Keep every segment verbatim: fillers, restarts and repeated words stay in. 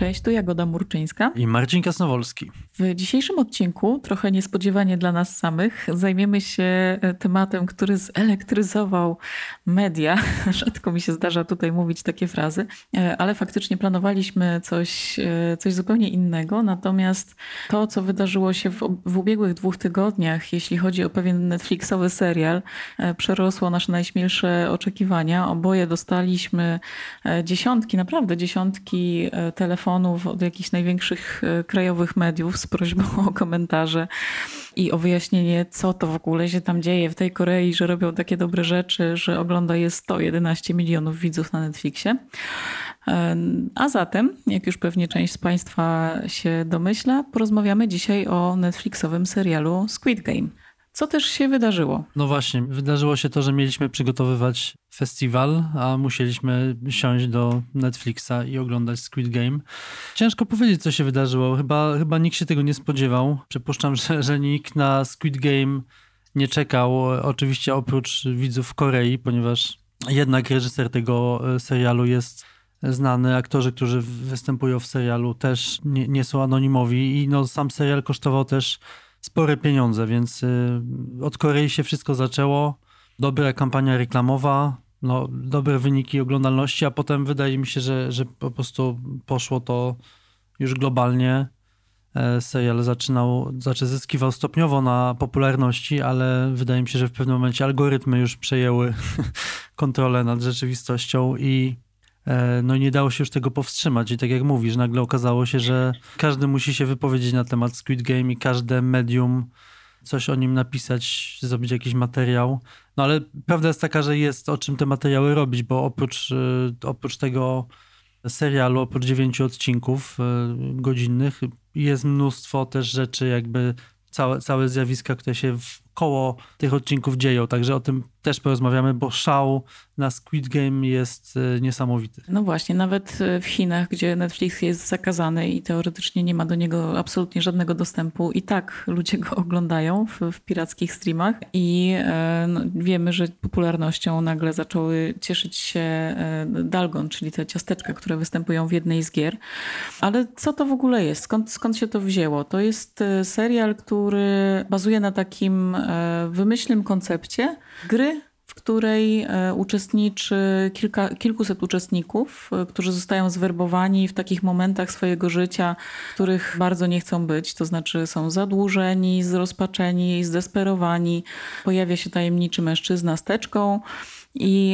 Cześć, tu Jagoda Murczyńska i Marcin Kasnowolski. W dzisiejszym odcinku, trochę niespodziewanie dla nas samych, zajmiemy się tematem, który zelektryzował media. Rzadko mi się zdarza tutaj mówić takie frazy, ale faktycznie planowaliśmy coś, coś zupełnie innego. Natomiast to, co wydarzyło się w, w ubiegłych dwóch tygodniach, jeśli chodzi o pewien Netflixowy serial, przerosło nasze najśmielsze oczekiwania. Oboje dostaliśmy dziesiątki, naprawdę dziesiątki telefonów od jakichś największych krajowych mediów z prośbą o komentarze i o wyjaśnienie, co to w ogóle się tam dzieje w tej Korei, że robią takie dobre rzeczy, że ogląda je sto jedenaście milionów widzów na Netflixie. A zatem, jak już pewnie część z Państwa się domyśla, porozmawiamy dzisiaj o Netflixowym serialu Squid Game. Co też się wydarzyło? No właśnie, wydarzyło się to, że mieliśmy przygotowywać festiwal, a musieliśmy siąść do Netflixa i oglądać Squid Game. Ciężko powiedzieć, co się wydarzyło. Chyba, chyba nikt się tego nie spodziewał. Przypuszczam, że, że nikt na Squid Game nie czekał, oczywiście oprócz widzów w Korei, ponieważ jednak reżyser tego serialu jest znany. Aktorzy, którzy występują w serialu, też nie, nie są anonimowi i no, sam serial kosztował też spore pieniądze, więc y, od Korei się wszystko zaczęło. Dobra kampania reklamowa, no, dobre wyniki oglądalności, a potem wydaje mi się, że, że po prostu poszło to już globalnie. E, serial zaczynał, znaczy zyskiwał stopniowo na popularności, ale wydaje mi się, że w pewnym momencie algorytmy już przejęły kontrolę nad rzeczywistością i no i nie dało się już tego powstrzymać. I tak jak mówisz, nagle okazało się, że każdy musi się wypowiedzieć na temat Squid Game i każde medium coś o nim napisać, zrobić jakiś materiał. No ale prawda jest taka, że jest o czym te materiały robić, bo oprócz, oprócz tego serialu, oprócz dziewięciu odcinków godzinnych jest mnóstwo też rzeczy, jakby całe, całe zjawiska, które się koło tych odcinków dzieją. Także o tym też porozmawiamy, bo szał na Squid Game jest niesamowity. No właśnie, nawet w Chinach, gdzie Netflix jest zakazany i teoretycznie nie ma do niego absolutnie żadnego dostępu, i tak ludzie go oglądają w, w pirackich streamach i e, no, wiemy, że popularnością nagle zaczęły cieszyć się e, Dalgon, czyli te ciasteczka, które występują w jednej z gier. Ale co to w ogóle jest? Skąd, skąd się to wzięło? To jest serial, który bazuje na takim e, wymyślnym koncepcie gry, w której uczestniczy kilka, kilkuset uczestników, którzy zostają zwerbowani w takich momentach swojego życia, w których bardzo nie chcą być. To znaczy są zadłużeni, zrozpaczeni, zdesperowani. Pojawia się tajemniczy mężczyzna z teczką i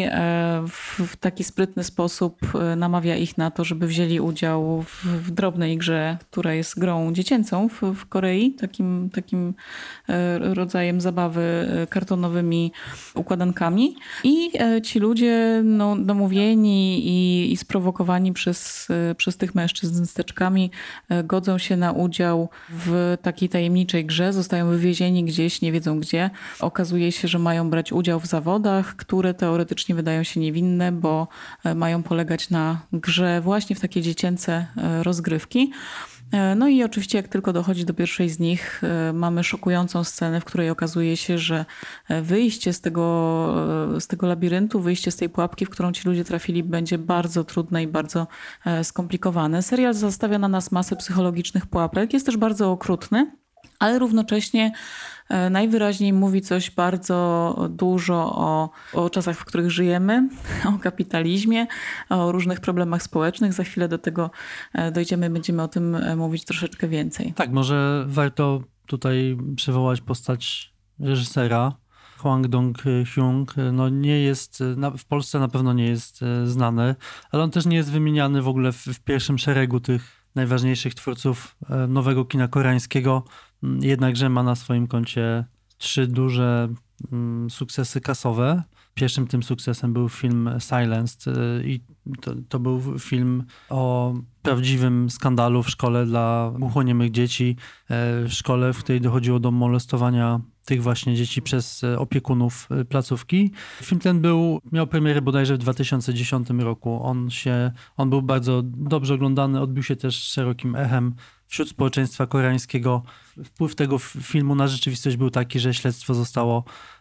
w taki sprytny sposób namawia ich na to, żeby wzięli udział w, w drobnej grze, która jest grą dziecięcą w, w Korei, takim, takim rodzajem zabawy kartonowymi układankami. I ci ludzie no, namówieni i, i sprowokowani przez, przez tych mężczyzn z teczkami godzą się na udział w takiej tajemniczej grze, zostają wywiezieni gdzieś, nie wiedzą gdzie. Okazuje się, że mają brać udział w zawodach, które te teoretycznie wydają się niewinne, bo mają polegać na grze właśnie w takie dziecięce rozgrywki. No i oczywiście jak tylko dochodzi do pierwszej z nich, mamy szokującą scenę, w której okazuje się, że wyjście z tego, z tego labiryntu, wyjście z tej pułapki, w którą ci ludzie trafili, będzie bardzo trudne i bardzo skomplikowane. Serial zostawia na nas masę psychologicznych pułapek, jest też bardzo okrutny, ale równocześnie najwyraźniej mówi coś bardzo dużo o, o czasach, w których żyjemy, o kapitalizmie, o różnych problemach społecznych. Za chwilę do tego dojdziemy, będziemy o tym mówić troszeczkę więcej. Tak, może warto tutaj przywołać postać reżysera. Hwang Dong-hyung no nie jest, w Polsce na pewno nie jest znany, ale on też nie jest wymieniany w ogóle w, w pierwszym szeregu tych najważniejszych twórców nowego kina koreańskiego. Jednakże ma na swoim koncie trzy duże sukcesy kasowe. Pierwszym tym sukcesem był film Silenced i to, to był film o prawdziwym skandalu w szkole dla głuchoniemych dzieci. W szkole, w której dochodziło do molestowania tych właśnie dzieci przez opiekunów placówki. Film ten był, miał premierę bodajże w dwa tysiące dziesiątym roku. On się, on był bardzo dobrze oglądany, odbił się też szerokim echem wśród społeczeństwa koreańskiego. Wpływ tego filmu na rzeczywistość był taki, że śledztwo zostało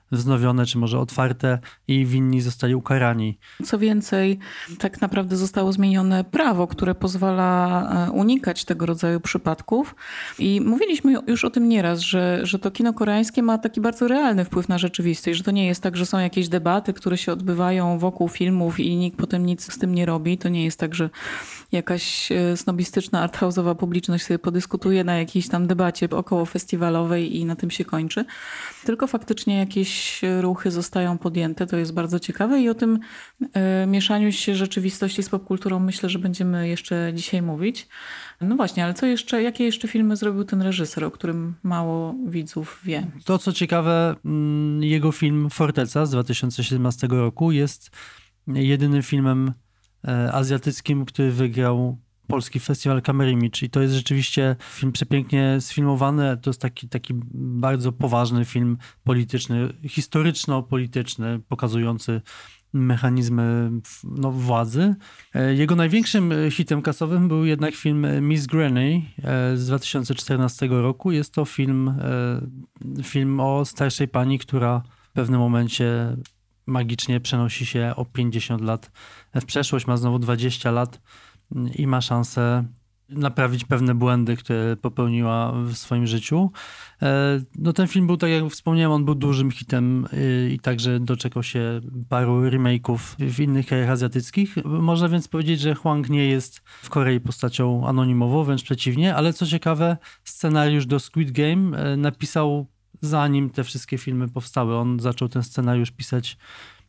wznowione, czy może otwarte i winni zostali ukarani. Co więcej, tak naprawdę zostało zmienione prawo, które pozwala unikać tego rodzaju przypadków. I mówiliśmy już o tym nieraz, że, że to kino koreańskie ma taki bardzo realny wpływ na rzeczywistość, że to nie jest tak, że są jakieś debaty, które się odbywają wokół filmów i nikt potem nic z tym nie robi. To nie jest tak, że jakaś snobistyczna, arthouse'owa publiczność sobie podyskutuje na jakiejś tam debacie około festiwalowej i na tym się kończy. Tylko faktycznie jakieś ruchy zostają podjęte. To jest bardzo ciekawe i o tym y, mieszaniu się rzeczywistości z popkulturą myślę, że będziemy jeszcze dzisiaj mówić. No właśnie, ale co jeszcze, jakie jeszcze filmy zrobił ten reżyser, o którym mało widzów wie? To co ciekawe, jego film Forteca z dwa tysiące siedemnastego roku jest jedynym filmem azjatyckim, który wygrał Polski Festiwal Kamerimicz i to jest rzeczywiście film przepięknie sfilmowany. To jest taki, taki bardzo poważny film polityczny, historyczno-polityczny, pokazujący mechanizmy no, władzy. Jego największym hitem kasowym był jednak film Miss Granny z dwa tysiące czternastego roku. Jest to film, film o starszej pani, która w pewnym momencie magicznie przenosi się o pięćdziesiąt lat w przeszłość, ma znowu dwadzieścia lat i ma szansę naprawić pewne błędy, które popełniła w swoim życiu. No ten film był, tak jak wspomniałem, on był dużym hitem i także doczekał się paru remake'ów w innych krajach azjatyckich. Można więc powiedzieć, że Hwang nie jest w Korei postacią anonimową, wręcz przeciwnie, ale co ciekawe, scenariusz do Squid Game napisał zanim te wszystkie filmy powstały. On zaczął ten scenariusz pisać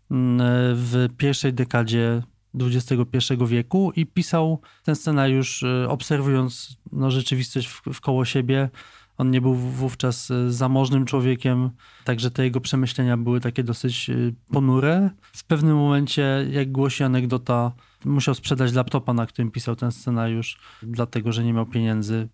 w pierwszej dekadzie dwudziestego pierwszego wieku i pisał ten scenariusz obserwując no, rzeczywistość wkoło siebie. On nie był wówczas zamożnym człowiekiem, także te jego przemyślenia były takie dosyć ponure. W pewnym momencie, jak głosi anegdota, musiał sprzedać laptopa, na którym pisał ten scenariusz, dlatego że nie miał pieniędzy.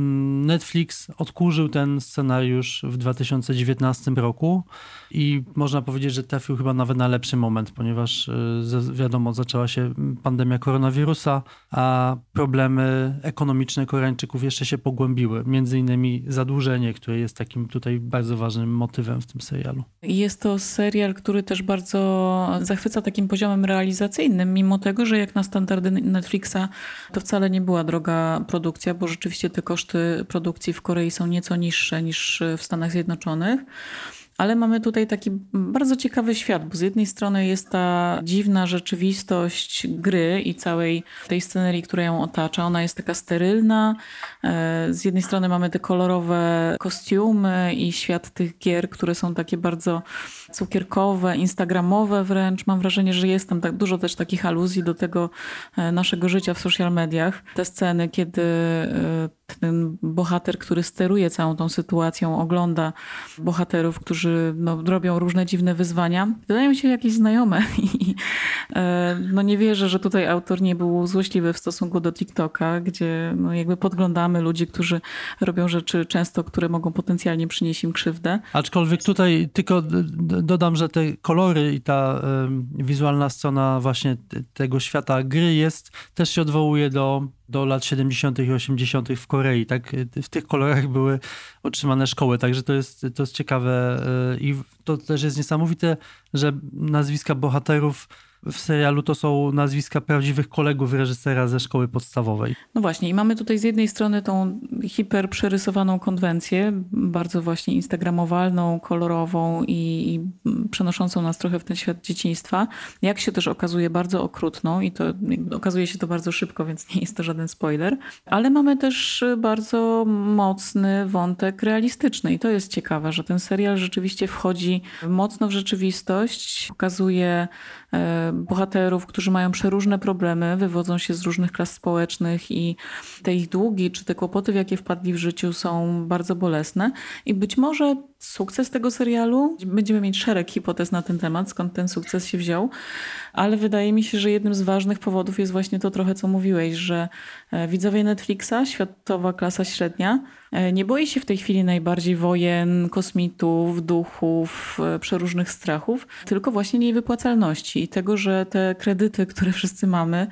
Netflix odkurzył ten scenariusz w dwa tysiące dziewiętnastym roku i można powiedzieć, że trafił chyba nawet na lepszy moment, ponieważ wiadomo, zaczęła się pandemia koronawirusa, a problemy ekonomiczne Koreańczyków jeszcze się pogłębiły. Między innymi zadłużenie, które jest takim tutaj bardzo ważnym motywem w tym serialu. Jest to serial, który też bardzo zachwyca takim poziomem realizacyjnym, mimo tego, że jak na standardy Netflixa to wcale nie była droga produkcja, bo rzeczywiście te koszty produkcji w Korei są nieco niższe niż w Stanach Zjednoczonych. Ale mamy tutaj taki bardzo ciekawy świat, bo z jednej strony jest ta dziwna rzeczywistość gry i całej tej scenerii, która ją otacza. Ona jest taka sterylna. Z jednej strony mamy te kolorowe kostiumy i świat tych gier, które są takie bardzo cukierkowe, instagramowe wręcz. Mam wrażenie, że jest tam tak dużo też takich aluzji do tego naszego życia w social mediach. Te sceny, kiedy ten bohater, który steruje całą tą sytuacją, ogląda bohaterów, którzy no, robią różne dziwne wyzwania. Wydają mi się jakieś znajome i no, nie wierzę, że tutaj autor nie był złośliwy w stosunku do TikToka, gdzie no, jakby podglądamy ludzi, którzy robią rzeczy często, które mogą potencjalnie przynieść im krzywdę. Aczkolwiek tutaj tylko dodam, że te kolory i ta y, wizualna scena właśnie tego świata gry jest, też się odwołuje do do lat siedemdziesiątych i osiemdziesiątych w Korei, tak? W tych kolorach były utrzymane szkoły, także to jest, to jest ciekawe i to też jest niesamowite, że nazwiska bohaterów w serialu to są nazwiska prawdziwych kolegów reżysera ze szkoły podstawowej. No właśnie i mamy tutaj z jednej strony tą hiper przerysowaną konwencję, bardzo właśnie instagramowalną, kolorową i, i przenoszącą nas trochę w ten świat dzieciństwa. Jak się też okazuje bardzo okrutną i to okazuje się to bardzo szybko, więc nie jest to żaden spoiler. Ale mamy też bardzo mocny wątek realistyczny i to jest ciekawe, że ten serial rzeczywiście wchodzi mocno w rzeczywistość, pokazuje bohaterów, którzy mają przeróżne problemy, wywodzą się z różnych klas społecznych i te ich długi czy te kłopoty, w jakie wpadli w życiu, są bardzo bolesne. I być może sukces tego serialu, będziemy mieć szereg hipotez na ten temat, skąd ten sukces się wziął, ale wydaje mi się, że jednym z ważnych powodów jest właśnie to trochę, co mówiłeś, że widzowie Netflixa, światowa klasa średnia, nie boi się w tej chwili najbardziej wojen, kosmitów, duchów, przeróżnych strachów, tylko właśnie niewypłacalności i tego, że te kredyty, które wszyscy mamy,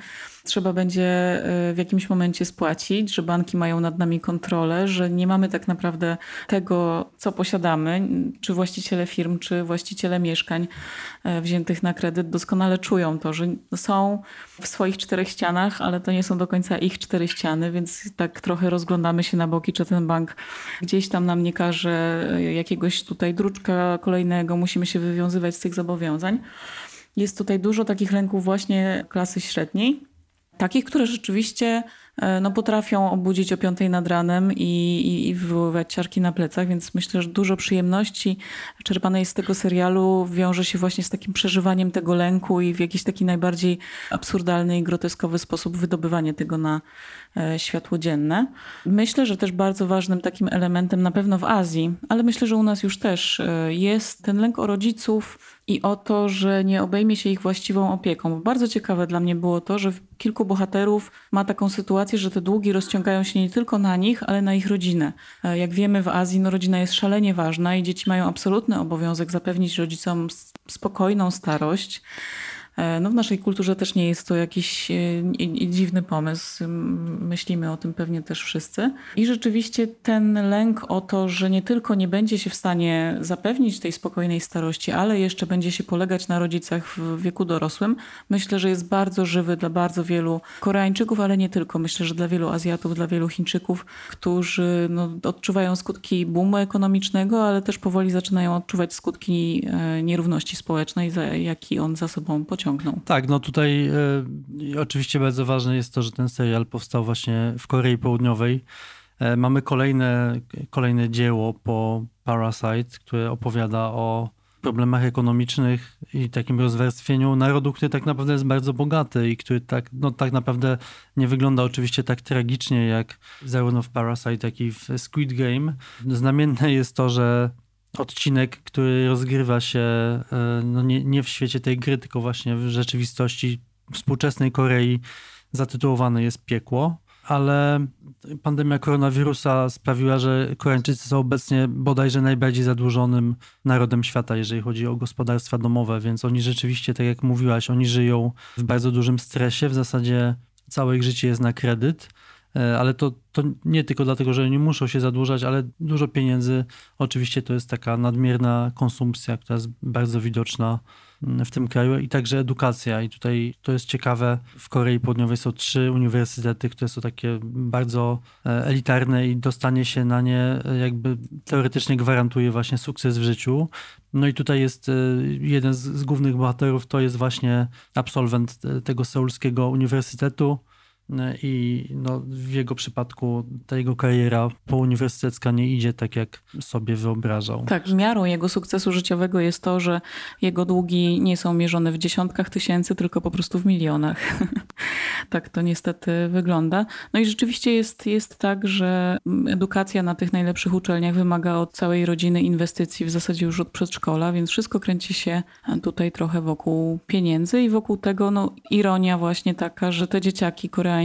trzeba będzie w jakimś momencie spłacić, że banki mają nad nami kontrolę, że nie mamy tak naprawdę tego, co posiadamy, czy właściciele firm, czy właściciele mieszkań wziętych na kredyt doskonale czują to, że są w swoich czterech ścianach, ale to nie są do końca ich cztery ściany, więc tak trochę rozglądamy się na boki, czy ten bank gdzieś tam nam nie każe jakiegoś tutaj druczka kolejnego, musimy się wywiązywać z tych zobowiązań. Jest tutaj dużo takich lęków właśnie klasy średniej, takich, które rzeczywiście no, potrafią obudzić o piątej nad ranem i, i, i wywoływać ciarki na plecach, więc myślę, że dużo przyjemności czerpanej z tego serialu wiąże się właśnie z takim przeżywaniem tego lęku i w jakiś taki najbardziej absurdalny i groteskowy sposób wydobywanie tego na światło dzienne. Myślę, że też bardzo ważnym takim elementem na pewno w Azji, ale myślę, że u nas już też jest ten lęk o rodziców i o to, że nie obejmie się ich właściwą opieką. Bo bardzo ciekawe dla mnie było to, że kilku bohaterów ma taką sytuację, że te długi rozciągają się nie tylko na nich, ale na ich rodzinę. Jak wiemy, w Azji no, rodzina jest szalenie ważna i dzieci mają absolutny obowiązek zapewnić rodzicom spokojną starość. No w naszej kulturze też nie jest to jakiś dziwny pomysł. Myślimy o tym pewnie też wszyscy. I rzeczywiście ten lęk o to, że nie tylko nie będzie się w stanie zapewnić tej spokojnej starości, ale jeszcze będzie się polegać na rodzicach w wieku dorosłym, myślę, że jest bardzo żywy dla bardzo wielu Koreańczyków, ale nie tylko. Myślę, że dla wielu Azjatów, dla wielu Chińczyków, którzy no, odczuwają skutki boomu ekonomicznego, ale też powoli zaczynają odczuwać skutki nierówności społecznej, jaki on za sobą pociąga. Tak, no tutaj y, oczywiście bardzo ważne jest to, że ten serial powstał właśnie w Korei Południowej. E, mamy kolejne, kolejne dzieło po Parasite, które opowiada o problemach ekonomicznych i takim rozwarstwieniu narodu, który tak naprawdę jest bardzo bogaty i który tak, no, tak naprawdę nie wygląda oczywiście tak tragicznie jak zarówno w Parasite, jak i w Squid Game. Znamienne jest to, że odcinek, który rozgrywa się no nie, nie w świecie tej gry, tylko właśnie w rzeczywistości współczesnej Korei, zatytułowany jest Piekło, ale pandemia koronawirusa sprawiła, że Koreańczycy są obecnie bodajże najbardziej zadłużonym narodem świata, jeżeli chodzi o gospodarstwa domowe, więc oni rzeczywiście, tak jak mówiłaś, oni żyją w bardzo dużym stresie, w zasadzie całe ich życie jest na kredyt. Ale to, to nie tylko dlatego, że oni muszą się zadłużać, ale dużo pieniędzy. Oczywiście to jest taka nadmierna konsumpcja, która jest bardzo widoczna w tym kraju i także edukacja. I tutaj to jest ciekawe, w Korei Południowej są trzy uniwersytety, które są takie bardzo elitarne i dostanie się na nie jakby teoretycznie gwarantuje właśnie sukces w życiu. No i tutaj jest jeden z, z głównych bohaterów, to jest właśnie absolwent tego seulskiego uniwersytetu. I no, w jego przypadku ta jego kariera pouniwersytecka nie idzie tak, jak sobie wyobrażał. Tak, miarą jego sukcesu życiowego jest to, że jego długi nie są mierzone w dziesiątkach tysięcy, tylko po prostu w milionach. Tak to niestety wygląda. No i rzeczywiście jest, jest tak, że edukacja na tych najlepszych uczelniach wymaga od całej rodziny inwestycji, w zasadzie już od przedszkola, więc wszystko kręci się tutaj trochę wokół pieniędzy i wokół tego no, ironia właśnie taka, że te dzieciaki koreańskie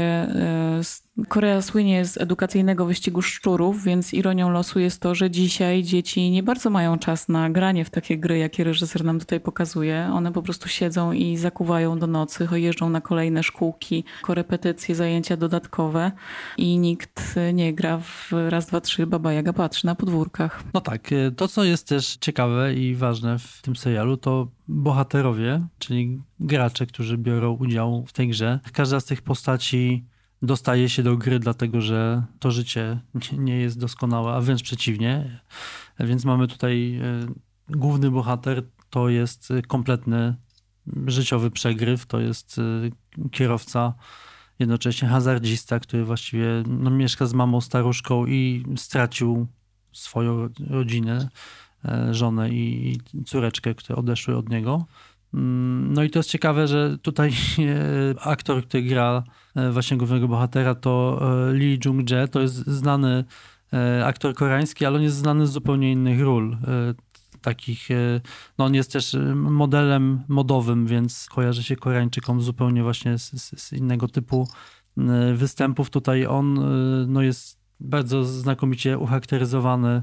Korea słynie z edukacyjnego wyścigu szczurów, więc ironią losu jest to, że dzisiaj dzieci nie bardzo mają czas na granie w takie gry, jakie reżyser nam tutaj pokazuje. One po prostu siedzą i zakuwają do nocy, jeżdżą na kolejne szkółki, korepetycje, zajęcia dodatkowe i nikt nie gra w raz, dwa, trzy, Baba Jaga patrzy na podwórkach. No tak, to co jest też ciekawe i ważne w tym serialu, to bohaterowie, czyli gracze, którzy biorą udział w tej grze. Każda z tych postaci dostaje się do gry, dlatego że to życie nie jest doskonałe, a wręcz przeciwnie. Więc mamy tutaj główny bohater, to jest kompletny życiowy przegryw, to jest kierowca, jednocześnie hazardzista, który właściwie no, mieszka z mamą staruszką i stracił swoją rodzinę, żonę i córeczkę, które odeszły od niego. No i to jest ciekawe, że tutaj aktor, który gra właśnie głównego bohatera, to Lee Jung-jae, to jest znany aktor koreański, ale on jest znany z zupełnie innych ról. Takich, no on jest też modelem modowym, więc kojarzy się Koreańczykom zupełnie właśnie z, z, z innego typu występów. Tutaj on no jest bardzo znakomicie ucharakteryzowany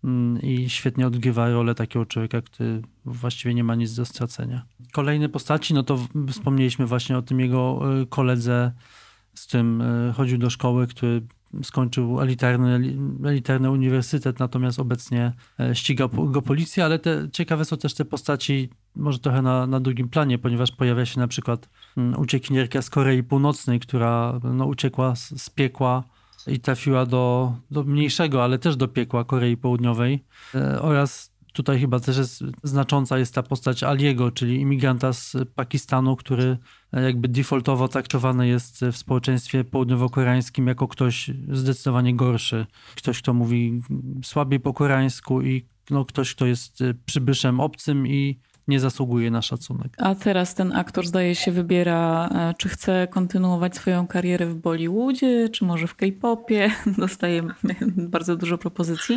i świetnie odgrywa rolę takiego człowieka, który właściwie nie ma nic do stracenia. Kolejne postaci, no to wspomnieliśmy właśnie o tym jego koledze, z którym chodził do szkoły, który skończył elitarny, elitarny uniwersytet, natomiast obecnie ściga go policja, ale te, ciekawe są też te postaci może trochę na, na drugim planie, ponieważ pojawia się na przykład uciekinierka z Korei Północnej, która no, uciekła z, z piekła i trafiła do, do mniejszego, ale też do piekła Korei Południowej e, oraz tutaj chyba też jest znacząca jest ta postać Aliego, czyli imigranta z Pakistanu, który jakby defaultowo traktowany jest w społeczeństwie południowo-koreańskim jako ktoś zdecydowanie gorszy. Ktoś, kto mówi słabiej po koreańsku i no, ktoś, kto jest przybyszem obcym i nie zasługuje na szacunek. A teraz ten aktor zdaje się wybiera, czy chce kontynuować swoją karierę w Bollywoodzie, czy może w K-popie. Dostaje bardzo dużo propozycji.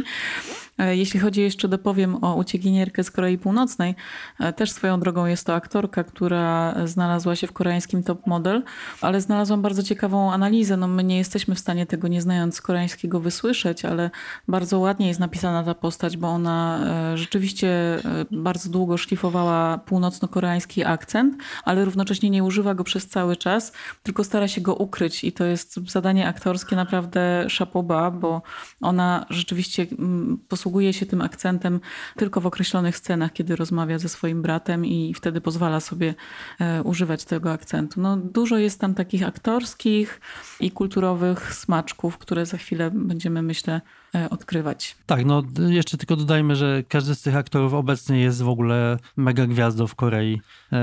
Jeśli chodzi jeszcze, dopowiem o uciekinierkę z Korei Północnej. Też swoją drogą jest to aktorka, która znalazła się w koreańskim Top Model, ale znalazłam bardzo ciekawą analizę. No my nie jesteśmy w stanie tego, nie znając koreańskiego, wysłyszeć, ale bardzo ładnie jest napisana ta postać, bo ona rzeczywiście bardzo długo szlifowała północno-koreański akcent, ale równocześnie nie używa go przez cały czas, tylko stara się go ukryć i to jest zadanie aktorskie naprawdę chapeau bas, bo ona rzeczywiście posługuje się tym akcentem tylko w określonych scenach, kiedy rozmawia ze swoim bratem i wtedy pozwala sobie używać tego akcentu. No, dużo jest tam takich aktorskich i kulturowych smaczków, które za chwilę będziemy, myślę, odkrywać. Tak, no jeszcze tylko dodajmy, że każdy z tych aktorów obecnie jest w ogóle mega gwiazdą w Korei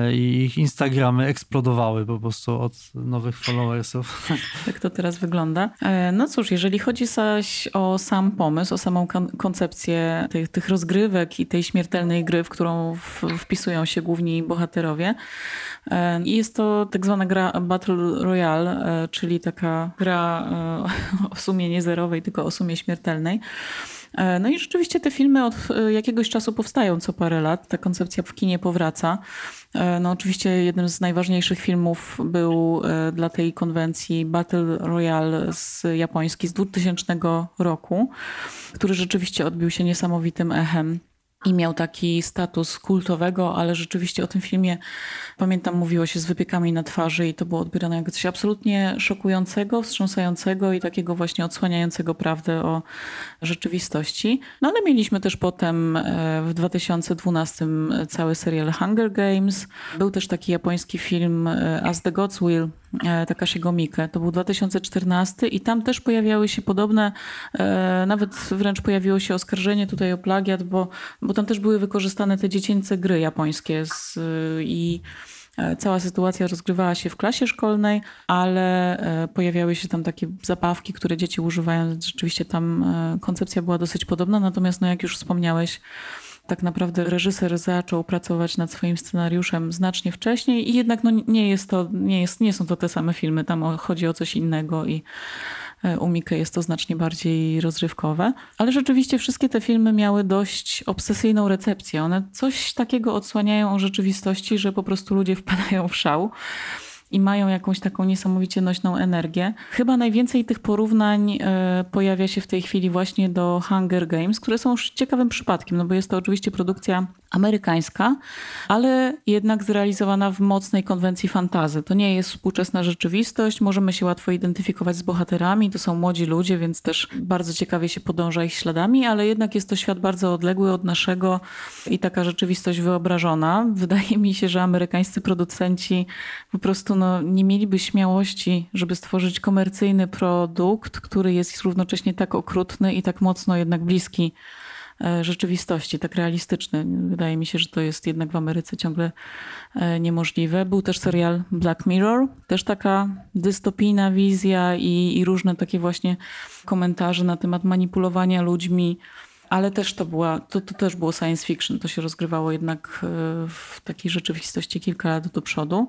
i ich Instagramy eksplodowały po prostu od nowych followersów. Tak to teraz wygląda. No cóż, jeżeli chodzi zaś o sam pomysł, o samą koncepcję tych, tych rozgrywek i tej śmiertelnej gry, w którą wpisują się główni bohaterowie, jest to tak zwana gra Battle Royale, czyli taka gra o sumie nie zerowej, tylko o sumie śmiertelnej. No i rzeczywiście te filmy od jakiegoś czasu powstają co parę lat. Ta koncepcja w kinie powraca. No oczywiście jednym z najważniejszych filmów był dla tej konwencji Battle Royale z japoński z dwutysięcznego roku, który rzeczywiście odbił się niesamowitym echem. I miał taki status kultowego, ale rzeczywiście o tym filmie, pamiętam, mówiło się z wypiekami na twarzy i to było odbierane jako coś absolutnie szokującego, wstrząsającego i takiego właśnie odsłaniającego prawdę o rzeczywistości. No ale mieliśmy też potem w dwa tysiące dwunastym cały serial Hunger Games. Był też taki japoński film As the Gods Will, Takashiego Miike. To był dwa tysiące czternasty i tam też pojawiały się podobne, nawet wręcz pojawiło się oskarżenie tutaj o plagiat, bo, bo tam też były wykorzystane te dziecięce gry japońskie z, i cała sytuacja rozgrywała się w klasie szkolnej, ale pojawiały się tam takie zabawki, które dzieci używają. Rzeczywiście tam koncepcja była dosyć podobna, natomiast no jak już wspomniałeś, tak naprawdę reżyser zaczął pracować nad swoim scenariuszem znacznie wcześniej i jednak no nie, jest to, nie, jest, nie są to te same filmy. Tam chodzi o coś innego i u Miike jest to znacznie bardziej rozrywkowe. Ale rzeczywiście wszystkie te filmy miały dość obsesyjną recepcję. One coś takiego odsłaniają o rzeczywistości, że po prostu ludzie wpadają w szał i mają jakąś taką niesamowicie nośną energię. Chyba najwięcej tych porównań pojawia się w tej chwili właśnie do Hunger Games, które są już ciekawym przypadkiem, no bo jest to oczywiście produkcja amerykańska, ale jednak zrealizowana w mocnej konwencji fantasy. To nie jest współczesna rzeczywistość, możemy się łatwo identyfikować z bohaterami, to są młodzi ludzie, więc też bardzo ciekawie się podąża ich śladami, ale jednak jest to świat bardzo odległy od naszego i taka rzeczywistość wyobrażona. Wydaje mi się, że amerykańscy producenci po prostu no, nie mieliby śmiałości, żeby stworzyć komercyjny produkt, który jest równocześnie tak okrutny i tak mocno jednak bliski rzeczywistości, tak realistyczny. Wydaje mi się, że to jest jednak w Ameryce ciągle niemożliwe. Był też serial Black Mirror, też taka dystopijna wizja i, i różne takie właśnie komentarze na temat manipulowania ludźmi, ale też to, była, to, to też było science fiction. To się rozgrywało jednak w takiej rzeczywistości kilka lat do przodu.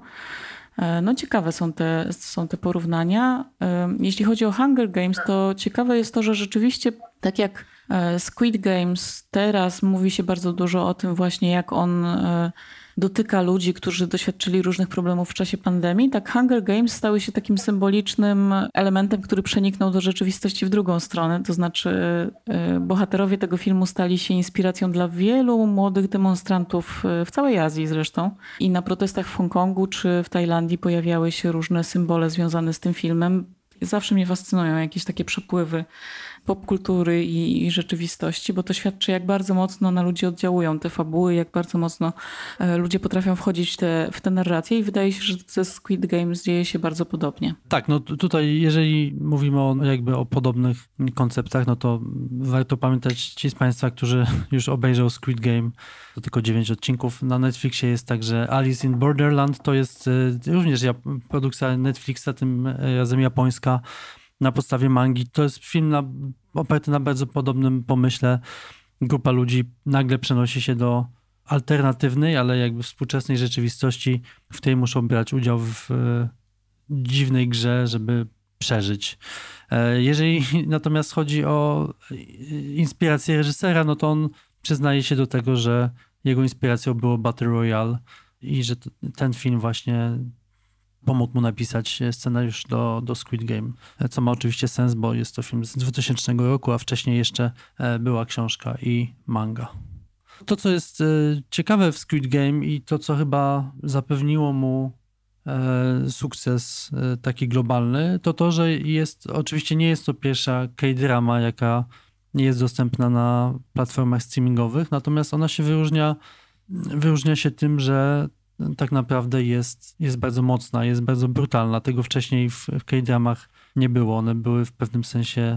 No ciekawe są te, są te porównania. Jeśli chodzi o Hunger Games, to ciekawe jest to, że rzeczywiście tak jak Squid Games, teraz mówi się bardzo dużo o tym właśnie, jak on dotyka ludzi, którzy doświadczyli różnych problemów w czasie pandemii, tak Hunger Games stały się takim symbolicznym elementem, który przeniknął do rzeczywistości w drugą stronę. To znaczy bohaterowie tego filmu stali się inspiracją dla wielu młodych demonstrantów w całej Azji zresztą. I na protestach w Hongkongu czy w Tajlandii pojawiały się różne symbole związane z tym filmem. Zawsze mnie fascynują jakieś takie przepływy popkultury i, i rzeczywistości, bo to świadczy, jak bardzo mocno na ludzi oddziałują te fabuły, jak bardzo mocno e, ludzie potrafią wchodzić w te, w te narracje i wydaje się, że ze Squid Games dzieje się bardzo podobnie. Tak, no tutaj jeżeli mówimy o, jakby o podobnych konceptach, no to warto pamiętać, ci z Państwa, którzy już obejrzał Squid Game, to tylko dziewięć odcinków. Na Netflixie jest także Alice in Borderland, to jest e, również Jap- produkcja Netflixa, tym razem japońska, na podstawie mangi. To jest film na, oparty na bardzo podobnym pomyśle. Grupa ludzi nagle przenosi się do alternatywnej, ale jakby współczesnej rzeczywistości, w której muszą brać udział w e, dziwnej grze, żeby przeżyć. E, jeżeli natomiast chodzi o inspirację reżysera, no to on przyznaje się do tego, że jego inspiracją było Battle Royale i że t- ten film właśnie pomógł mu napisać scenariusz do, do Squid Game, co ma oczywiście sens, bo jest to film z dwutysięcznego roku, a wcześniej jeszcze była książka i manga. To, co jest ciekawe w Squid Game i to, co chyba zapewniło mu sukces taki globalny, to to, że jest, oczywiście nie jest to pierwsza K-drama, jaka nie jest dostępna na platformach streamingowych, natomiast ona się wyróżnia, wyróżnia się tym, że tak naprawdę jest, jest bardzo mocna, jest bardzo brutalna. Tego wcześniej w, w K-dramach nie było. One były w pewnym sensie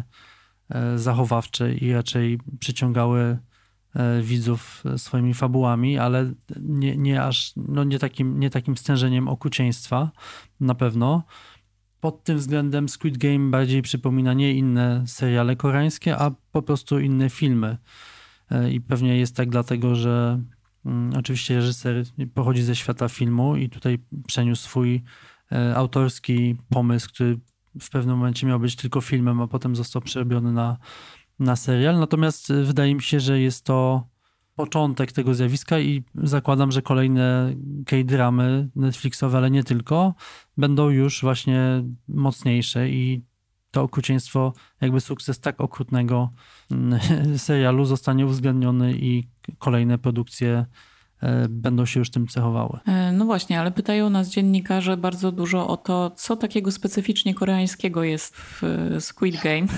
e, zachowawcze i raczej przyciągały e, widzów swoimi fabułami, ale nie, nie aż, no nie takim, nie takim stężeniem okrucieństwa na pewno. Pod tym względem Squid Game bardziej przypomina nie inne seriale koreańskie, a po prostu inne filmy. E, I pewnie jest tak dlatego, że oczywiście reżyser pochodzi ze świata filmu i tutaj przeniósł swój e, autorski pomysł, który w pewnym momencie miał być tylko filmem, a potem został przerobiony na, na serial. Natomiast wydaje mi się, że jest to początek tego zjawiska i zakładam, że kolejne K-dramy Netflixowe, ale nie tylko, będą już właśnie mocniejsze i to okrucieństwo, jakby sukces tak okrutnego serialu zostanie uwzględniony i kolejne produkcje będą się już tym cechowały. No właśnie, ale pytają nas dziennikarze bardzo dużo o to, co takiego specyficznie koreańskiego jest w Squid Game.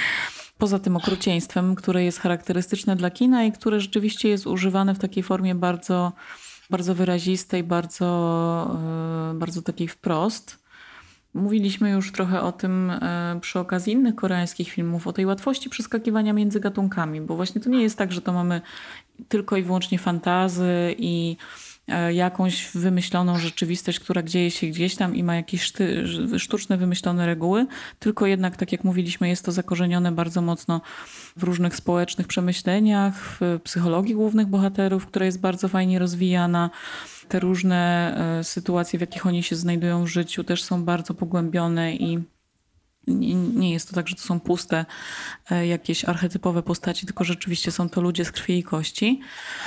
Poza tym okrucieństwem, które jest charakterystyczne dla kina i które rzeczywiście jest używane w takiej formie bardzo, bardzo wyrazistej, bardzo, bardzo takiej wprost. Mówiliśmy już trochę o tym przy okazji innych koreańskich filmów, o tej łatwości przeskakiwania między gatunkami, bo właśnie to nie jest tak, że to mamy tylko i wyłącznie fantazy i jakąś wymyśloną rzeczywistość, która dzieje się gdzieś tam i ma jakieś szty, sztuczne, wymyślone reguły, tylko jednak, tak jak mówiliśmy, jest to zakorzenione bardzo mocno w różnych społecznych przemyśleniach, w psychologii głównych bohaterów, która jest bardzo fajnie rozwijana. Te różne sytuacje, w jakich oni się znajdują w życiu, też są bardzo pogłębione i nie, nie jest to tak, że to są puste jakieś archetypowe postaci, tylko rzeczywiście są to ludzie z krwi i kości.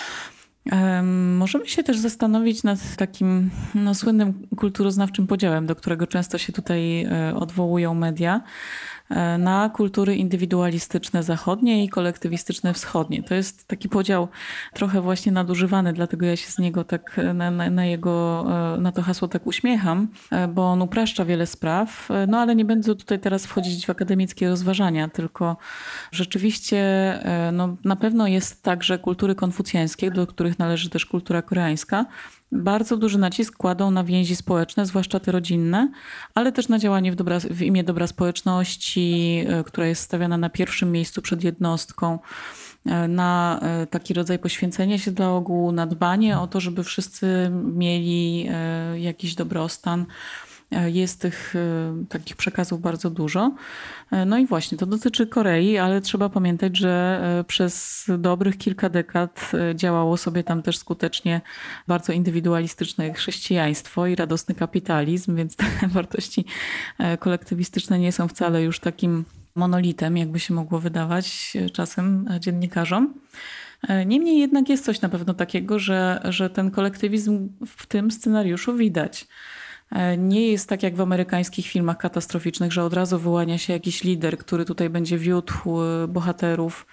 Możemy się też zastanowić nad takim no, słynnym kulturoznawczym podziałem, do którego często się tutaj odwołują media, na kultury indywidualistyczne zachodnie i kolektywistyczne wschodnie. To jest taki podział trochę właśnie nadużywany, dlatego ja się z niego tak na, na, na jego, na to hasło tak uśmiecham, bo on upraszcza wiele spraw, no ale nie będę tutaj teraz wchodzić w akademickie rozważania, tylko rzeczywiście no, na pewno jest tak, że kultury konfucjańskie, do których należy też kultura koreańska, bardzo duży nacisk kładą na więzi społeczne, zwłaszcza te rodzinne, ale też na działanie w, dobra, w imię dobra społeczności, która jest stawiana na pierwszym miejscu przed jednostką, na taki rodzaj poświęcenia się dla ogółu, na dbanie o to, żeby wszyscy mieli jakiś dobrostan. Jest tych takich przekazów bardzo dużo. No i właśnie to dotyczy Korei, ale trzeba pamiętać, że przez dobrych kilka dekad działało sobie tam też skutecznie bardzo indywidualistyczne chrześcijaństwo i radosny kapitalizm, więc te wartości kolektywistyczne nie są wcale już takim monolitem, jakby się mogło wydawać czasem dziennikarzom. Niemniej jednak jest coś na pewno takiego, że, że ten kolektywizm w tym scenariuszu widać. Nie jest tak jak w amerykańskich filmach katastroficznych, że od razu wyłania się jakiś lider, który tutaj będzie wiódł bohaterów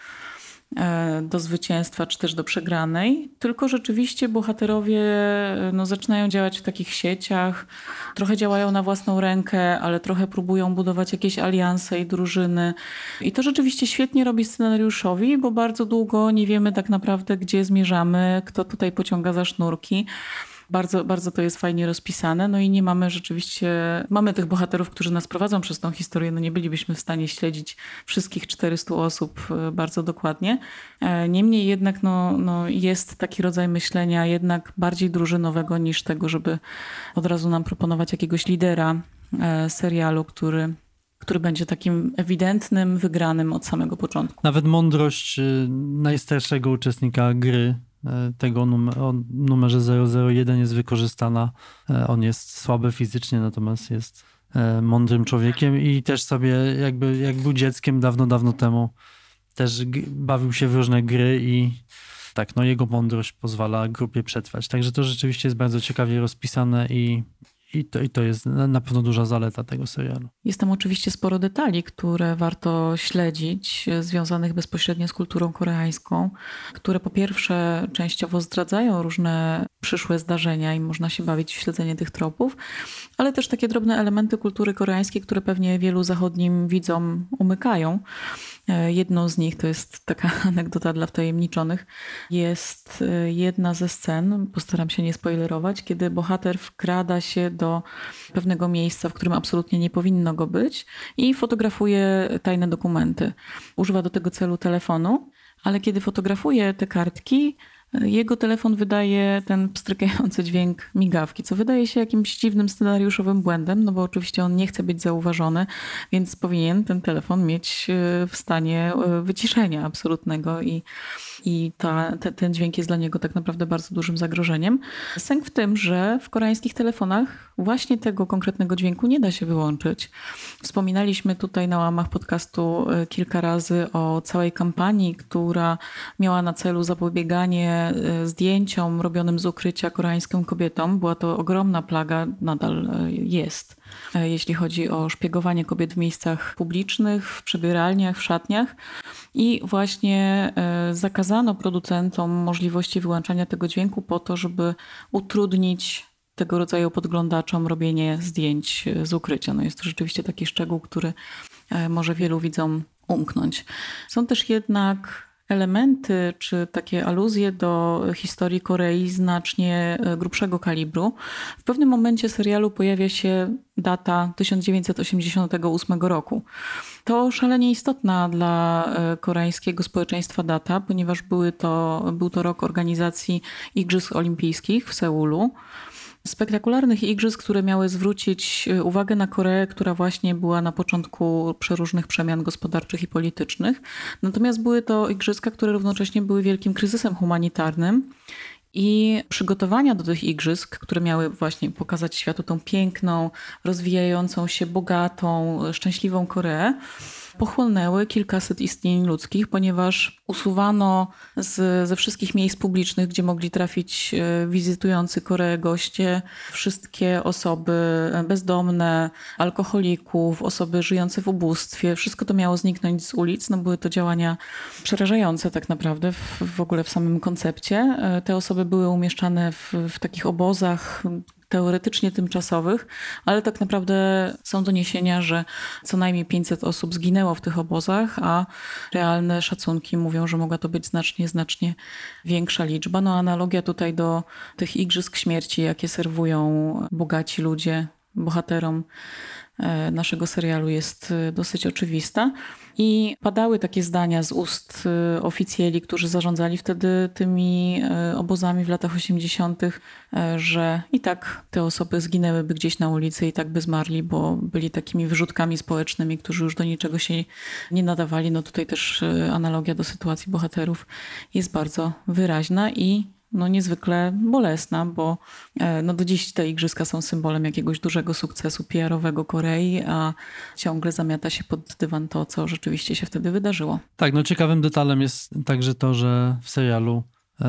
do zwycięstwa czy też do przegranej, tylko rzeczywiście bohaterowie no, zaczynają działać w takich sieciach, trochę działają na własną rękę, ale trochę próbują budować jakieś alianse i drużyny. I to rzeczywiście świetnie robi scenariuszowi, bo bardzo długo nie wiemy tak naprawdę, gdzie zmierzamy, kto tutaj pociąga za sznurki. Bardzo, bardzo to jest fajnie rozpisane. No i nie mamy rzeczywiście, mamy tych bohaterów, którzy nas prowadzą przez tą historię. No nie bylibyśmy w stanie śledzić wszystkich czterystu osób bardzo dokładnie. Niemniej jednak no, no jest taki rodzaj myślenia jednak bardziej drużynowego niż tego, żeby od razu nam proponować jakiegoś lidera serialu, który który będzie takim ewidentnym, wygranym od samego początku. Nawet mądrość najstarszego uczestnika gry, tego numer, o numerze zero zero jeden jest wykorzystana. On jest słaby fizycznie, natomiast jest mądrym człowiekiem i też sobie jakby jak był dzieckiem dawno, dawno temu też bawił się w różne gry i tak, no jego mądrość pozwala grupie przetrwać. Także to rzeczywiście jest bardzo ciekawie rozpisane i I to, I to jest na pewno duża zaleta tego serialu. Jest tam oczywiście sporo detali, które warto śledzić, związanych bezpośrednio z kulturą koreańską, które po pierwsze częściowo zdradzają różne przyszłe zdarzenia i można się bawić w śledzenie tych tropów, ale też takie drobne elementy kultury koreańskiej, które pewnie wielu zachodnim widzom umykają. Jedną z nich, to jest taka anegdota dla wtajemniczonych, jest jedna ze scen, postaram się nie spoilerować, kiedy bohater wkrada się do pewnego miejsca, w którym absolutnie nie powinno go być i fotografuje tajne dokumenty. Używa do tego celu telefonu, ale kiedy fotografuje te kartki, jego telefon wydaje ten pstrykający dźwięk migawki, co wydaje się jakimś dziwnym scenariuszowym błędem, no bo oczywiście on nie chce być zauważony, więc powinien ten telefon mieć w stanie wyciszenia absolutnego i, i ta, te, ten dźwięk jest dla niego tak naprawdę bardzo dużym zagrożeniem. Sęk w tym, że w koreańskich telefonach właśnie tego konkretnego dźwięku nie da się wyłączyć. Wspominaliśmy tutaj na łamach podcastu kilka razy o całej kampanii, która miała na celu zapobieganie zdjęciom robionym z ukrycia koreańskim kobietom. Była to ogromna plaga, nadal jest, jeśli chodzi o szpiegowanie kobiet w miejscach publicznych, w przebieralniach, w szatniach. I właśnie zakazano producentom możliwości wyłączania tego dźwięku po to, żeby utrudnić tego rodzaju podglądaczom robienie zdjęć z ukrycia. No jest to rzeczywiście taki szczegół, który może wielu widzom umknąć. Są też jednak elementy czy takie aluzje do historii Korei znacznie grubszego kalibru. W pewnym momencie serialu pojawia się data tysiąc dziewięćset osiemdziesiątego ósmego roku. To szalenie istotna dla koreańskiego społeczeństwa data, ponieważ były to, był to rok organizacji Igrzysk Olimpijskich w Seulu. Spektakularnych igrzysk, które miały zwrócić uwagę na Koreę, która właśnie była na początku przeróżnych przemian gospodarczych i politycznych. Natomiast były to igrzyska, które równocześnie były wielkim kryzysem humanitarnym. I przygotowania do tych igrzysk, które miały właśnie pokazać światu tą piękną, rozwijającą się, bogatą, szczęśliwą Koreę, pochłonęły kilkaset istnień ludzkich, ponieważ usuwano z, ze wszystkich miejsc publicznych, gdzie mogli trafić wizytujący Koreę goście, wszystkie osoby bezdomne, alkoholików, osoby żyjące w ubóstwie. Wszystko to miało zniknąć z ulic. No były to działania przerażające tak naprawdę w, w ogóle w samym koncepcie. Te osoby były umieszczane w, w takich obozach, teoretycznie tymczasowych, ale tak naprawdę są doniesienia, że co najmniej pięćset osób zginęło w tych obozach, a realne szacunki mówią, że mogła to być znacznie, znacznie większa liczba. No analogia tutaj do tych igrzysk śmierci, jakie serwują bogaci ludzie bohaterom naszego serialu jest dosyć oczywista. I padały takie zdania z ust oficjeli, którzy zarządzali wtedy tymi obozami w latach osiemdziesiątych, że i tak te osoby zginęłyby gdzieś na ulicy i tak by zmarli, bo byli takimi wyrzutkami społecznymi, którzy już do niczego się nie nadawali. No tutaj też analogia do sytuacji bohaterów jest bardzo wyraźna i no niezwykle bolesna, bo no do dziś te igrzyska są symbolem jakiegoś dużego sukcesu P R-owego Korei, a ciągle zamiata się pod dywan to, co rzeczywiście się wtedy wydarzyło. Tak, no ciekawym detalem jest także to, że w serialu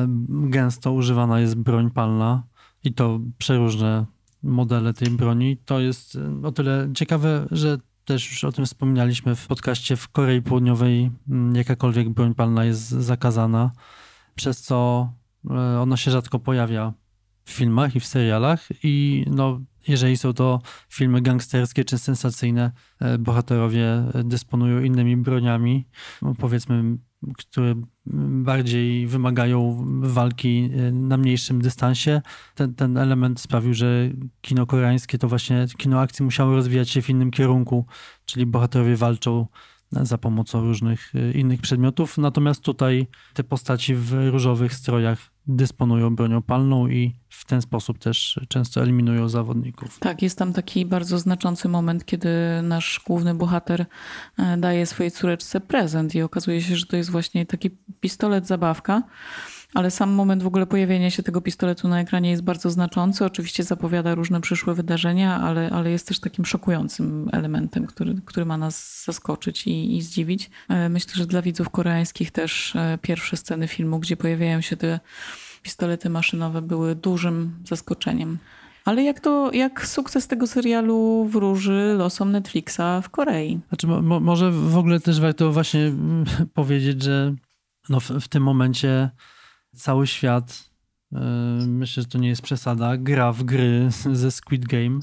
gęsto używana jest broń palna i to przeróżne modele tej broni. To jest o tyle ciekawe, że też już o tym wspominaliśmy w podcaście, w Korei Południowej jakakolwiek broń palna jest zakazana, przez co ona się rzadko pojawia w filmach i w serialach i no, jeżeli są to filmy gangsterskie czy sensacyjne, bohaterowie dysponują innymi broniami, powiedzmy, które bardziej wymagają walki na mniejszym dystansie. Ten, ten element sprawił, że kino koreańskie to właśnie kino akcji musiało rozwijać się w innym kierunku, czyli bohaterowie walczą za pomocą różnych innych przedmiotów. Natomiast tutaj te postaci w różowych strojach dysponują bronią palną i w ten sposób też często eliminują zawodników. Tak, jest tam taki bardzo znaczący moment, kiedy nasz główny bohater daje swojej córeczce prezent i okazuje się, że to jest właśnie taki pistolet zabawka, ale sam moment w ogóle pojawienia się tego pistoletu na ekranie jest bardzo znaczący. Oczywiście zapowiada różne przyszłe wydarzenia, ale, ale jest też takim szokującym elementem, który, który ma nas zaskoczyć i, i zdziwić. Myślę, że dla widzów koreańskich też pierwsze sceny filmu, gdzie pojawiają się te pistolety maszynowe, były dużym zaskoczeniem. Ale jak to, jak sukces tego serialu wróży losom Netflixa w Korei? Znaczy, mo, może w ogóle też warto właśnie powiedzieć, że no w, w tym momencie cały świat, yy, myślę, że to nie jest przesada, gra w gry ze Squid Game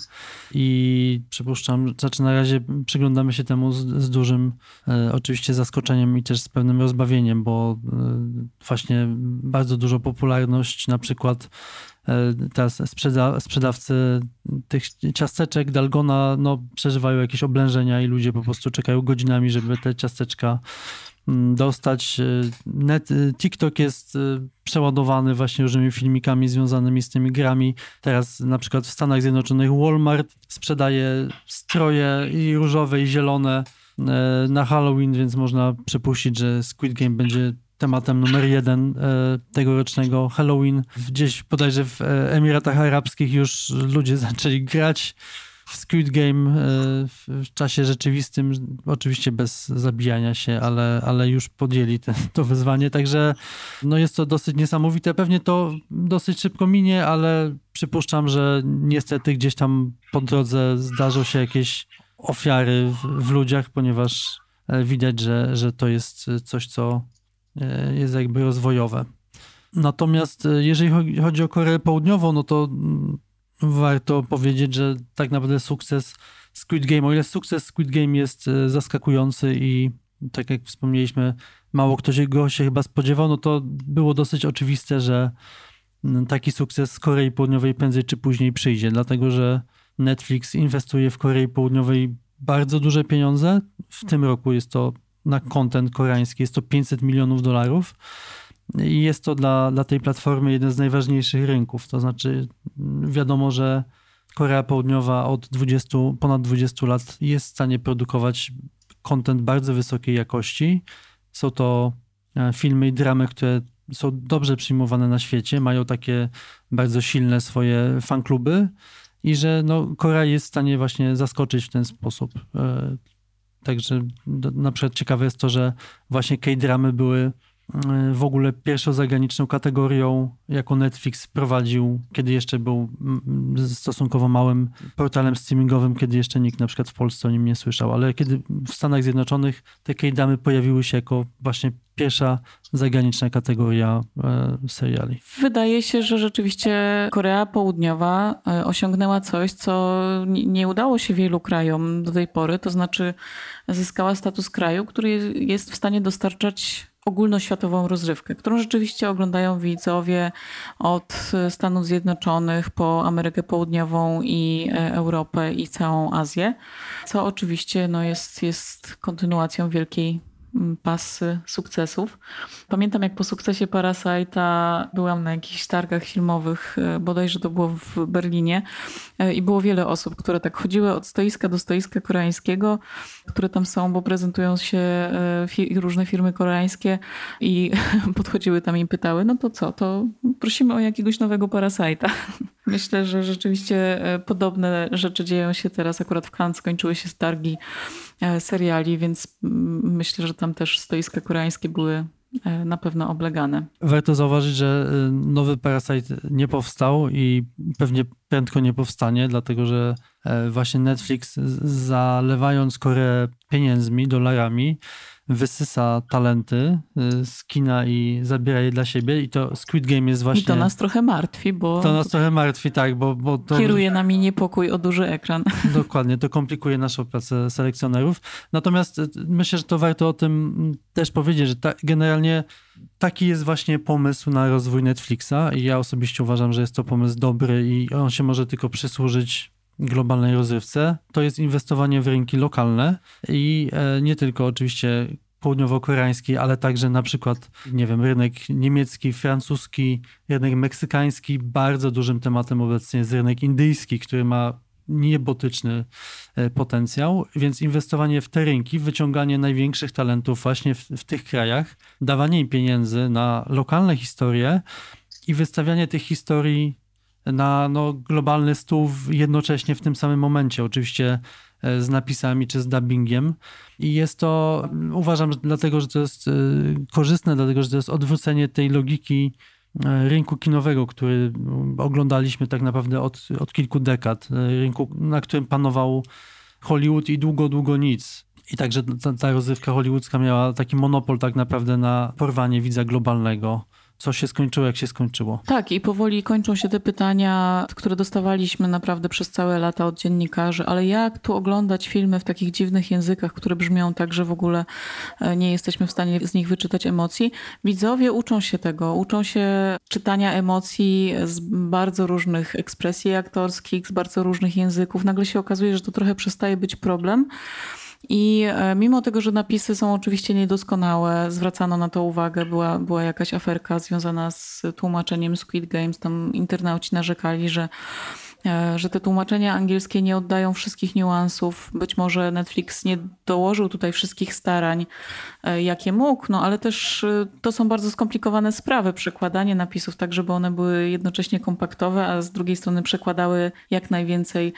i przypuszczam, znaczy na razie przyglądamy się temu z, z dużym yy, oczywiście zaskoczeniem i też z pewnym rozbawieniem, bo yy, właśnie bardzo dużą popularność na przykład yy, teraz sprzeda- sprzedawcy tych ciasteczek Dalgona no, przeżywają jakieś oblężenia i ludzie po prostu czekają godzinami, żeby te ciasteczka dostać. Net, TikTok jest przeładowany właśnie różnymi filmikami związanymi z tymi grami. Teraz na przykład w Stanach Zjednoczonych Walmart sprzedaje stroje i różowe i zielone na Halloween, więc można przypuścić, że Squid Game będzie tematem numer jeden tegorocznego Halloween. Gdzieś bodajże w Emiratach Arabskich już ludzie zaczęli grać w Squid Game w czasie rzeczywistym, oczywiście bez zabijania się, ale, ale już podjęli te, to wyzwanie, także no jest to dosyć niesamowite. Pewnie to dosyć szybko minie, ale przypuszczam, że niestety gdzieś tam po drodze zdarzą się jakieś ofiary w, w ludziach, ponieważ widać, że, że to jest coś, co jest jakby rozwojowe. Natomiast jeżeli chodzi o Koreę Południową, no to warto powiedzieć, że tak naprawdę sukces Squid Game, o ile sukces Squid Game jest zaskakujący i tak jak wspomnieliśmy, mało ktoś go się chyba spodziewał, no to było dosyć oczywiste, że taki sukces z Korei Południowej prędzej czy później przyjdzie, dlatego że Netflix inwestuje w Korei Południowej bardzo duże pieniądze. W tym roku jest to na content koreański, jest to pięćset milionów dolarów. I jest to dla, dla tej platformy jeden z najważniejszych rynków. To znaczy wiadomo, że Korea Południowa od dwudziestu, ponad dwudziestu lat jest w stanie produkować content bardzo wysokiej jakości. Są to filmy i dramy, które są dobrze przyjmowane na świecie, mają takie bardzo silne swoje fankluby i że no, Korea jest w stanie właśnie zaskoczyć w ten sposób. Także na przykład ciekawe jest to, że właśnie K-dramy były w ogóle pierwszą zagraniczną kategorią, jaką Netflix prowadził, kiedy jeszcze był stosunkowo małym portalem streamingowym, kiedy jeszcze nikt na przykład w Polsce o nim nie słyszał, ale kiedy w Stanach Zjednoczonych te K-dramy pojawiły się jako właśnie pierwsza zagraniczna kategoria e, seriali. Wydaje się, że rzeczywiście Korea Południowa osiągnęła coś, co nie udało się wielu krajom do tej pory, to znaczy zyskała status kraju, który jest w stanie dostarczać ogólnoświatową rozrywkę, którą rzeczywiście oglądają widzowie od Stanów Zjednoczonych po Amerykę Południową i Europę i całą Azję, co oczywiście no jest, jest kontynuacją wielkiej pasy sukcesów. Pamiętam, jak po sukcesie Parasite'a byłam na jakichś targach filmowych, bodajże to było w Berlinie, i było wiele osób, które tak chodziły od stoiska do stoiska koreańskiego, które tam są, bo prezentują się fi- różne firmy koreańskie i podchodziły tam i pytały, no to co, to prosimy o jakiegoś nowego Parasite'a. Myślę, że rzeczywiście podobne rzeczy dzieją się teraz. Akurat w Cannes skończyły się targi seriali, więc myślę, że tam też stoiska koreańskie były na pewno oblegane. Warto zauważyć, że nowy Parasite nie powstał i pewnie prędko nie powstanie, dlatego że właśnie Netflix, zalewając Koreę pieniędzmi, dolarami, wysysa talenty z kina i zabiera je dla siebie i to Squid Game jest właśnie... I to nas trochę martwi, bo... To nas trochę martwi, tak, bo... bo to... Kieruje nami niepokój o duży ekran. Dokładnie, to komplikuje naszą pracę selekcjonerów. Natomiast myślę, że to warto o tym też powiedzieć, że ta, generalnie taki jest właśnie pomysł na rozwój Netflixa i ja osobiście uważam, że jest to pomysł dobry i on się może tylko przysłużyć globalnej rozrywce. To jest inwestowanie w rynki lokalne i nie tylko oczywiście południowo-koreański, ale także na przykład, nie wiem, rynek niemiecki, francuski, rynek meksykański. Bardzo dużym tematem obecnie jest rynek indyjski, który ma niebotyczny potencjał, więc inwestowanie w te rynki, wyciąganie największych talentów właśnie w, w tych krajach, dawanie im pieniędzy na lokalne historie i wystawianie tych historii na no, globalny stół jednocześnie w tym samym momencie, oczywiście z napisami czy z dubbingiem. I jest to, uważam, dlatego, że to jest korzystne, dlatego, że to jest odwrócenie tej logiki rynku kinowego, który oglądaliśmy tak naprawdę od, od kilku dekad. Rynku, na którym panował Hollywood i długo, długo nic. I także ta, ta rozrywka hollywoodzka miała taki monopol tak naprawdę na porwanie widza globalnego. Co się skończyło, jak się skończyło. Tak, i powoli kończą się te pytania, które dostawaliśmy naprawdę przez całe lata od dziennikarzy, ale jak tu oglądać filmy w takich dziwnych językach, które brzmią tak, że w ogóle nie jesteśmy w stanie z nich wyczytać emocji. Widzowie uczą się tego, uczą się czytania emocji z bardzo różnych ekspresji aktorskich, z bardzo różnych języków. Nagle się okazuje, że to trochę przestaje być problem. I mimo tego, że napisy są oczywiście niedoskonałe, zwracano na to uwagę, była, była jakaś aferka związana z tłumaczeniem Squid Games, tam internauci narzekali, że że te tłumaczenia angielskie nie oddają wszystkich niuansów. Być może Netflix nie dołożył tutaj wszystkich starań, jakie mógł, no ale też to są bardzo skomplikowane sprawy, przekładanie napisów tak, żeby one były jednocześnie kompaktowe, a z drugiej strony przekładały jak najwięcej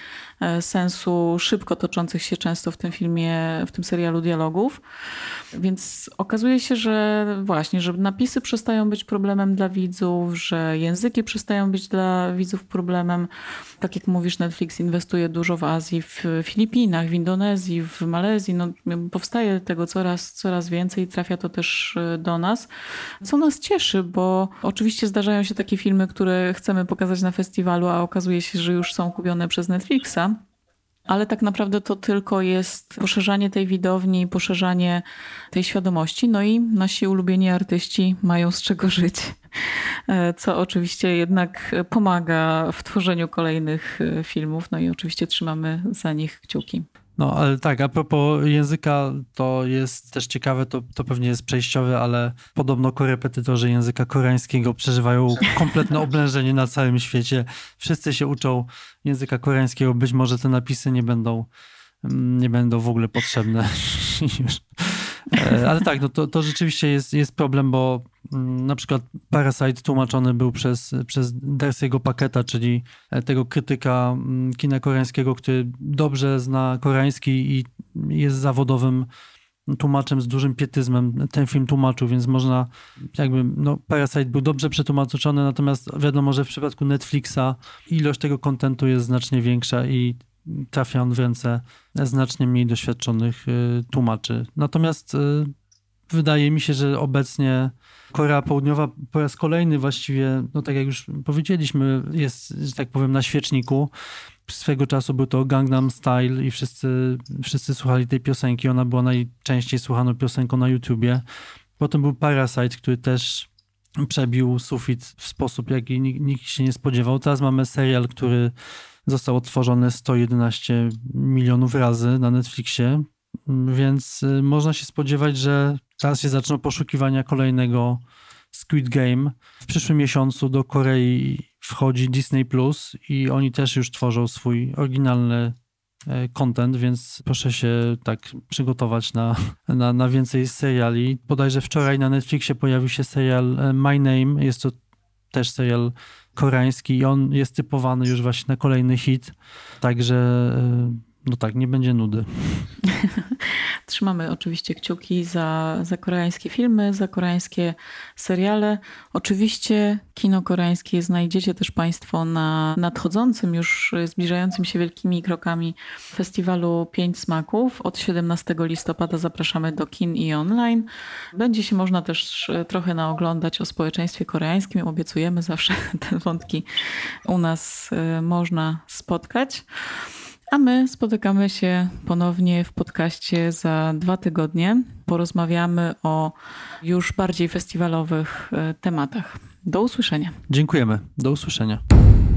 sensu szybko toczących się często w tym filmie, w tym serialu dialogów. Więc okazuje się, że właśnie, że napisy przestają być problemem dla widzów, że języki przestają być dla widzów problemem. Tak jak mówisz, Netflix inwestuje dużo w Azji, w Filipinach, w Indonezji, w Malezji. No, powstaje tego coraz, coraz więcej, trafia to też do nas, co nas cieszy, bo oczywiście zdarzają się takie filmy, które chcemy pokazać na festiwalu, a okazuje się, że już są kupione przez Netflixa. Ale tak naprawdę to tylko jest poszerzanie tej widowni, poszerzanie tej świadomości. No i nasi ulubieni artyści mają z czego żyć, co oczywiście jednak pomaga w tworzeniu kolejnych filmów. No i oczywiście trzymamy za nich kciuki. No ale tak, a propos języka, to jest też ciekawe, to, to pewnie jest przejściowe, ale podobno korepetytorzy języka koreańskiego przeżywają kompletne oblężenie na całym świecie. Wszyscy się uczą języka koreańskiego, być może te napisy nie będą, nie będą w ogóle potrzebne już. Ale tak, no to, to rzeczywiście jest, jest problem, bo na przykład Parasite tłumaczony był przez, przez Darcy'ego Paqueta, czyli tego krytyka kina koreańskiego, który dobrze zna koreański i jest zawodowym tłumaczem z dużym pietyzmem. Ten film tłumaczył, więc można jakby, no Parasite był dobrze przetłumaczony, natomiast wiadomo, że w przypadku Netflixa ilość tego kontentu jest znacznie większa i trafia on w ręce znacznie mniej doświadczonych tłumaczy. Natomiast wydaje mi się, że obecnie Korea Południowa po raz kolejny właściwie, no tak jak już powiedzieliśmy, jest, że tak powiem, na świeczniku. Swego czasu był to Gangnam Style i wszyscy, wszyscy słuchali tej piosenki. Ona była najczęściej słuchaną piosenką na YouTubie. Potem był Parasite, który też przebił sufit w sposób, jaki nikt się nie spodziewał. Teraz mamy serial, który został odtworzony sto jedenaście milionów razy na Netflixie. więc można się spodziewać, że teraz się zaczną poszukiwania kolejnego Squid Game. W przyszłym miesiącu do Korei wchodzi Disney Plus i oni też już tworzą swój oryginalny content, więc proszę się tak przygotować na, na, na więcej seriali. Bodajże wczoraj na Netflixie pojawił się serial My Name. Jest to też serial koreański i on jest typowany już właśnie na kolejny hit. Także no tak, nie będzie nudy. Trzymamy oczywiście kciuki za, za koreańskie filmy, za koreańskie seriale. Oczywiście kino koreańskie znajdziecie też Państwo na nadchodzącym, już zbliżającym się wielkimi krokami festiwalu Pięć Smaków. Od siedemnastego listopada zapraszamy do kin i online. Będzie się można też trochę naoglądać o społeczeństwie koreańskim. Obiecujemy zawsze te wątki u nas można spotkać. A my spotykamy się ponownie w podcaście za dwa tygodnie. Porozmawiamy o już bardziej festiwalowych tematach. Do usłyszenia. Dziękujemy. Do usłyszenia.